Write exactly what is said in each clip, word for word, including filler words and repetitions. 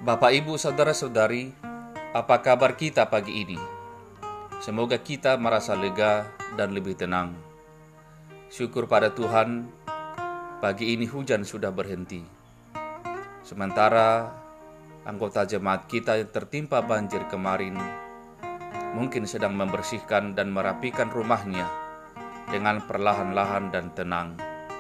Bapak, Ibu, Saudara-saudari, apa kabar kita pagi ini? Semoga kita merasa lega dan lebih tenang. Syukur pada Tuhan, pagi ini hujan sudah berhenti. Sementara anggota jemaat kita yang tertimpa banjir kemarin mungkin sedang membersihkan dan merapikan rumahnya dengan perlahan-lahan dan tenang.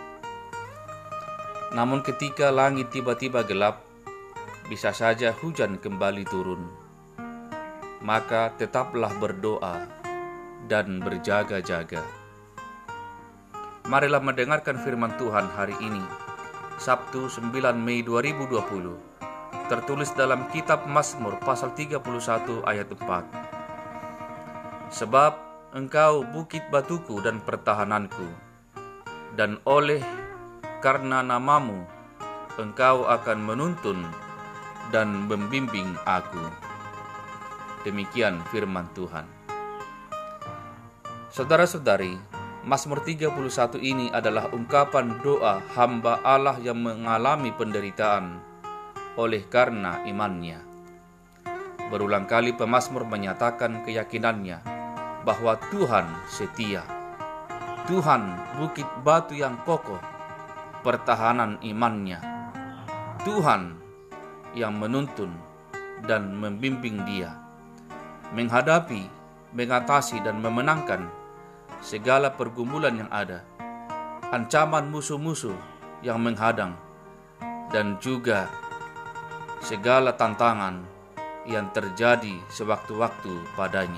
Namun ketika langit tiba-tiba gelap, bisa saja hujan kembali turun. Maka tetaplah berdoa dan berjaga-jaga. Marilah mendengarkan firman Tuhan hari ini, Sabtu sembilan Mei dua ribu dua puluh, tertulis dalam kitab Mazmur pasal tiga puluh satu ayat empat. Sebab engkau bukit batuku dan pertahananku, dan oleh karena namamu engkau akan menuntun dan membimbing aku. Demikian firman Tuhan. Saudara-saudari, Mazmur tiga puluh satu ini adalah ungkapan doa hamba Allah yang mengalami penderitaan oleh karena imannya. Berulang kali pemazmur menyatakan keyakinannya bahwa Tuhan setia. Tuhan bukit batu yang kokoh, pertahanan imannya. Tuhan yang menuntun dan membimbing dia menghadapi, mengatasi dan memenangkan segala pergumulan yang ada, ancaman musuh-musuh yang menghadang, dan juga segala tantangan yang terjadi sewaktu-waktu padanya.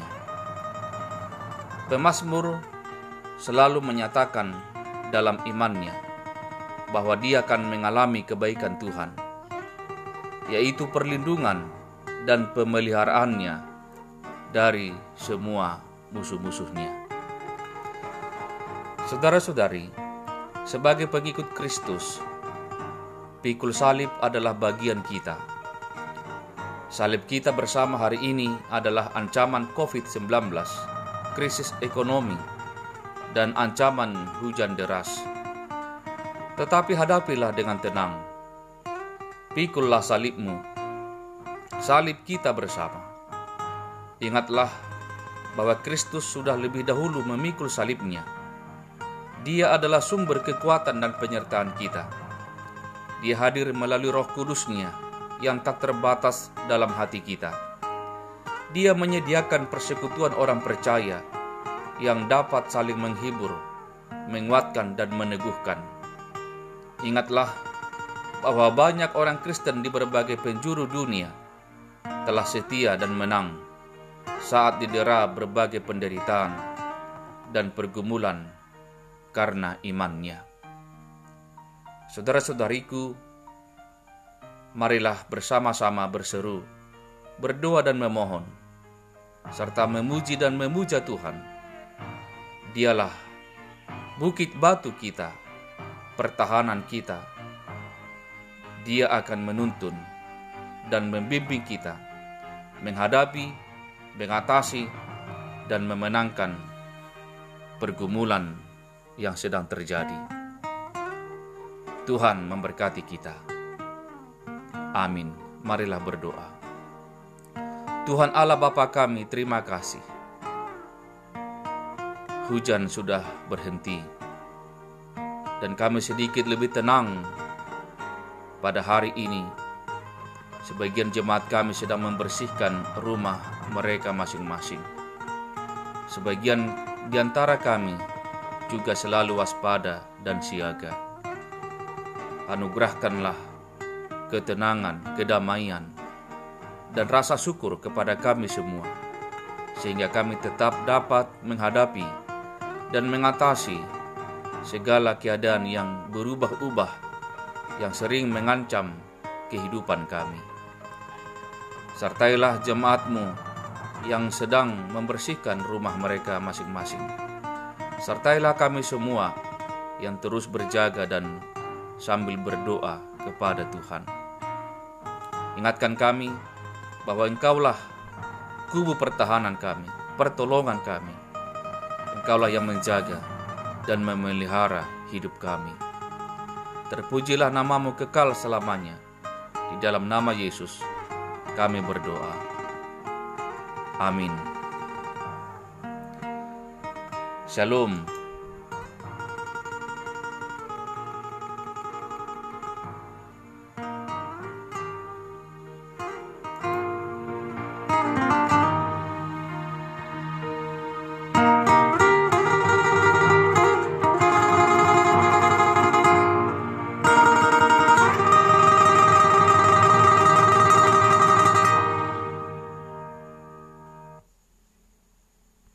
Pemazmur selalu menyatakan dalam imannya bahwa dia akan mengalami kebaikan Tuhan, yaitu perlindungan dan pemeliharaannya dari semua musuh-musuhnya. Saudara-saudari, sebagai pengikut Kristus, pikul salib adalah bagian kita. Salib kita bersama hari ini adalah ancaman covid sembilan belas, krisis ekonomi, dan ancaman hujan deras. Tetapi hadapilah dengan tenang. Pikullah salibmu, salib kita bersama. Ingatlah bahwa Kristus sudah lebih dahulu memikul salibnya. Dia adalah sumber kekuatan dan penyertaan kita. Dia hadir melalui Roh Kudus-Nya yang tak terbatas dalam hati kita. Dia menyediakan persekutuan orang percaya yang dapat saling menghibur, menguatkan dan meneguhkan. Ingatlah bahwa banyak orang Kristen di berbagai penjuru dunia telah setia dan menang saat didera berbagai penderitaan dan pergumulan karena imannya. Saudara-saudariku, marilah bersama-sama berseru, berdoa dan memohon, serta memuji dan memuja Tuhan. Dialah bukit batu kita, pertahanan kita. Dia akan menuntun dan membimbing kita menghadapi, mengatasi, dan memenangkan pergumulan yang sedang terjadi. Tuhan memberkati kita. Amin. Marilah berdoa. Tuhan Allah Bapa kami, terima kasih. Hujan sudah berhenti dan kami sedikit lebih tenang pada hari ini. Sebagian jemaat kami sedang membersihkan rumah mereka masing-masing. Sebagian di antara kami juga selalu waspada dan siaga. Anugerahkanlah ketenangan, kedamaian, dan rasa syukur kepada kami semua, sehingga kami tetap dapat menghadapi dan mengatasi segala keadaan yang berubah-ubah yang sering mengancam kehidupan kami. Sertailah jemaat-Mu yang sedang membersihkan rumah mereka masing-masing. Sertailah kami semua yang terus berjaga dan sambil berdoa kepada Tuhan. Ingatkan kami bahwa Engkaulah kubu pertahanan kami, pertolongan kami. Engkaulah yang menjaga dan memelihara hidup kami. Terpujilah namamu kekal selamanya. Di dalam nama Yesus kami berdoa. Amin. Shalom.